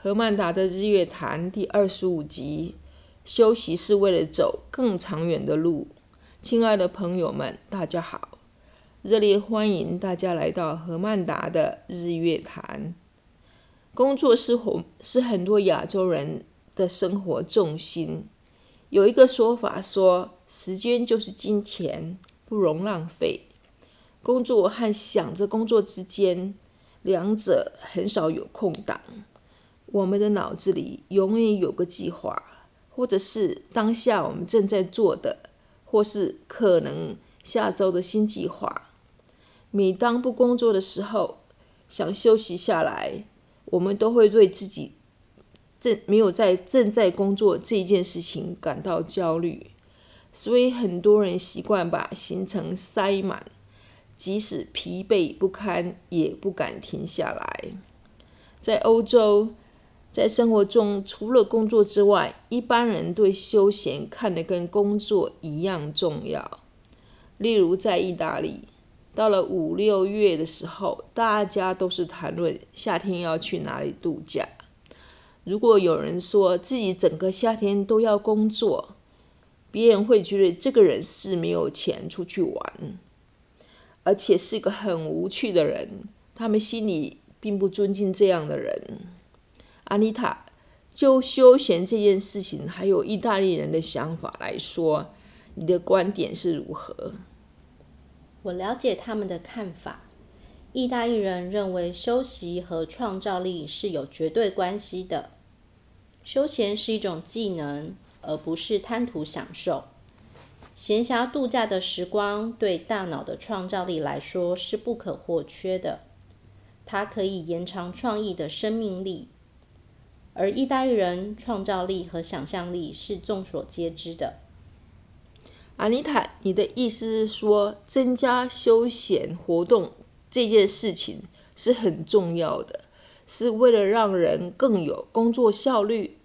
何曼达的日月潭第25集，休息是为了走更长远的路。亲爱的朋友们，大家好，热烈欢迎大家来到何曼达的日月潭。工作是很多亚洲人的生活重心。有一个说法说，时间就是金钱，不容浪费。工作和想着工作之间，两者很少有空档。我们的脑子里永远有个计划，或者是当下我们正在做的，或是可能下周的新计划。每当不工作的时候，想休息下来，我们都会对自己没有正在工作这件事情感到焦虑，所以很多人习惯把行程塞满，即使疲惫不堪也不敢停下来。在欧洲，在生活中除了工作之外，一般人对休闲看得跟工作一样重要。例如在意大利，到了5、6月的时候，大家都是谈论夏天要去哪里度假。如果有人说自己整个夏天都要工作，别人会觉得这个人是没有钱出去玩，而且是个很无趣的人，他们心里并不尊敬这样的人。安妮塔，就休闲这件事情，还有意大利人的想法来说，你的观点是如何？ 我了解他们的看法。意大利人认为休息和创造力是有绝对关系的。休闲是一种技能，而不是贪图享受。闲暇度假的时光对大脑的创造力来说是不可或缺的，它可以延长创意的生命力。而意大利人创造力和想象力是众所皆知的。 安妮塔，你的意思是说，增加休闲活动这件事情是很重要的，是为了让人更有工作效率？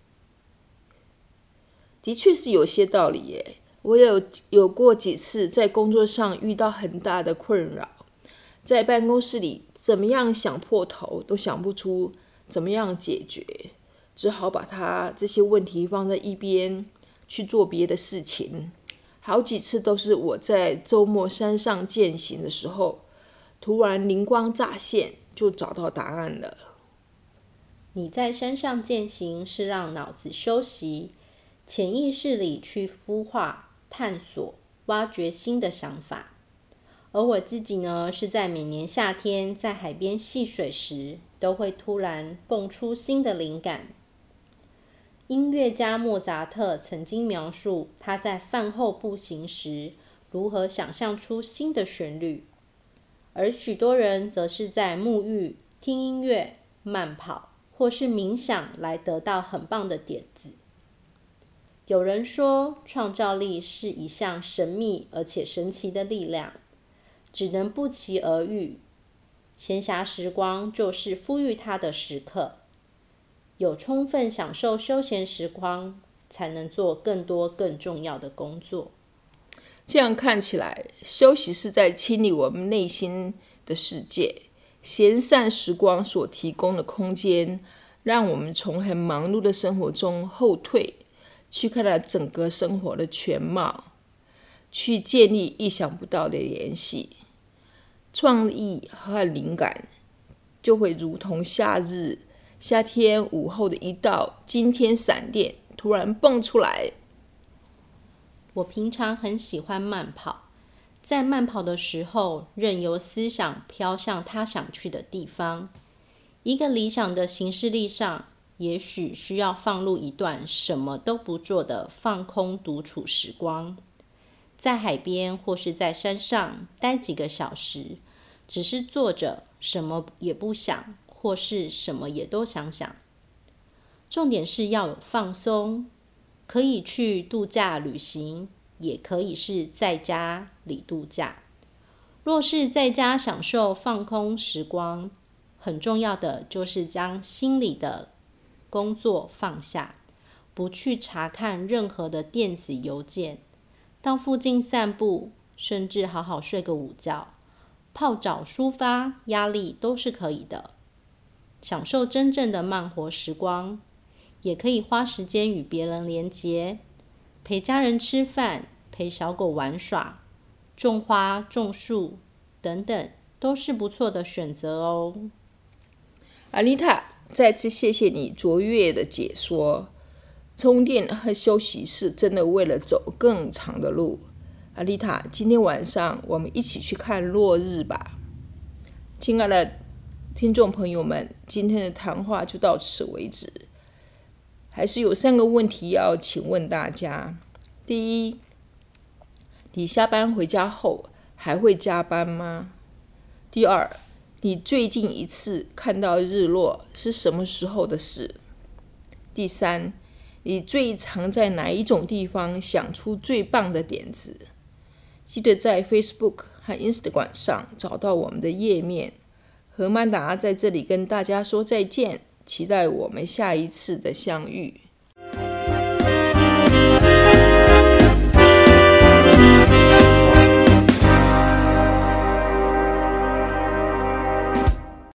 的确是有些道理耶。我有过几次在工作上遇到很大的困扰，在办公室里怎么样想破头都想不出怎么样解决，只好把这些问题放在一边，去做别的事情。好几次都是我在周末山上健行的时候，突然灵光乍现，就找到答案了。 你在山上健行是让脑子休息，潜意识里去孵化、探索、挖掘新的想法。而我自己呢，是在每年夏天在海边戏水时，都会突然蹦出新的灵感。音乐家莫扎特曾经描述他在饭后步行时如何想象出新的旋律，而许多人则是在沐浴、听音乐、慢跑或是冥想来得到很棒的点子。有人说，创造力是一项神秘而且神奇的力量，只能不期而遇。闲暇时光就是赋予它的时刻，有充分享受休闲时光，才能做更多更重要的工作。 这样看起来，休息是在清理我们内心的世界，闲散时光所提供的空间，让我们从很忙碌的生活中后退，去看到整个生活的全貌，去建立意想不到的联系。创意和灵感就会如同夏天午后的一道惊天闪电，突然蹦出来。 我平常很喜欢慢跑，在慢跑的时候，任由思想飘向他想去的地方。一个理想的行事历上，也许需要放入一段什么都不做的放空独处时光，在海边或是在山上待几个小时，只是坐着，什么也不想，或是什么也都想想。重点是要有放松，可以去度假旅行，也可以是在家里度假。若是在家享受放空时光，很重要的就是将心里的工作放下，不去查看任何的电子邮件，到附近散步，甚至好好睡个午觉，泡澡抒发压力都是可以的。 享受真正的慢活时光，也可以花时间与别人连结，陪家人吃饭，陪小狗玩耍，种花、种树等等，都是不错的选择哦。 阿丽塔，再次谢谢你卓越的解说。充电和休息是真的为了走更长的路。阿丽塔，今天晚上我们一起去看落日吧。亲爱的听众朋友们，今天的谈话就到此为止。还是有3个问题要请问大家。第一，你下班回家后还会加班吗？第二，你最近一次看到日落是什么时候的事？第三，你最常在哪一种地方想出最棒的点子？记得在 Facebook 和 Instagram 上找到我们的页面。何曼达在这里跟大家说再见，期待我们下一次的相遇。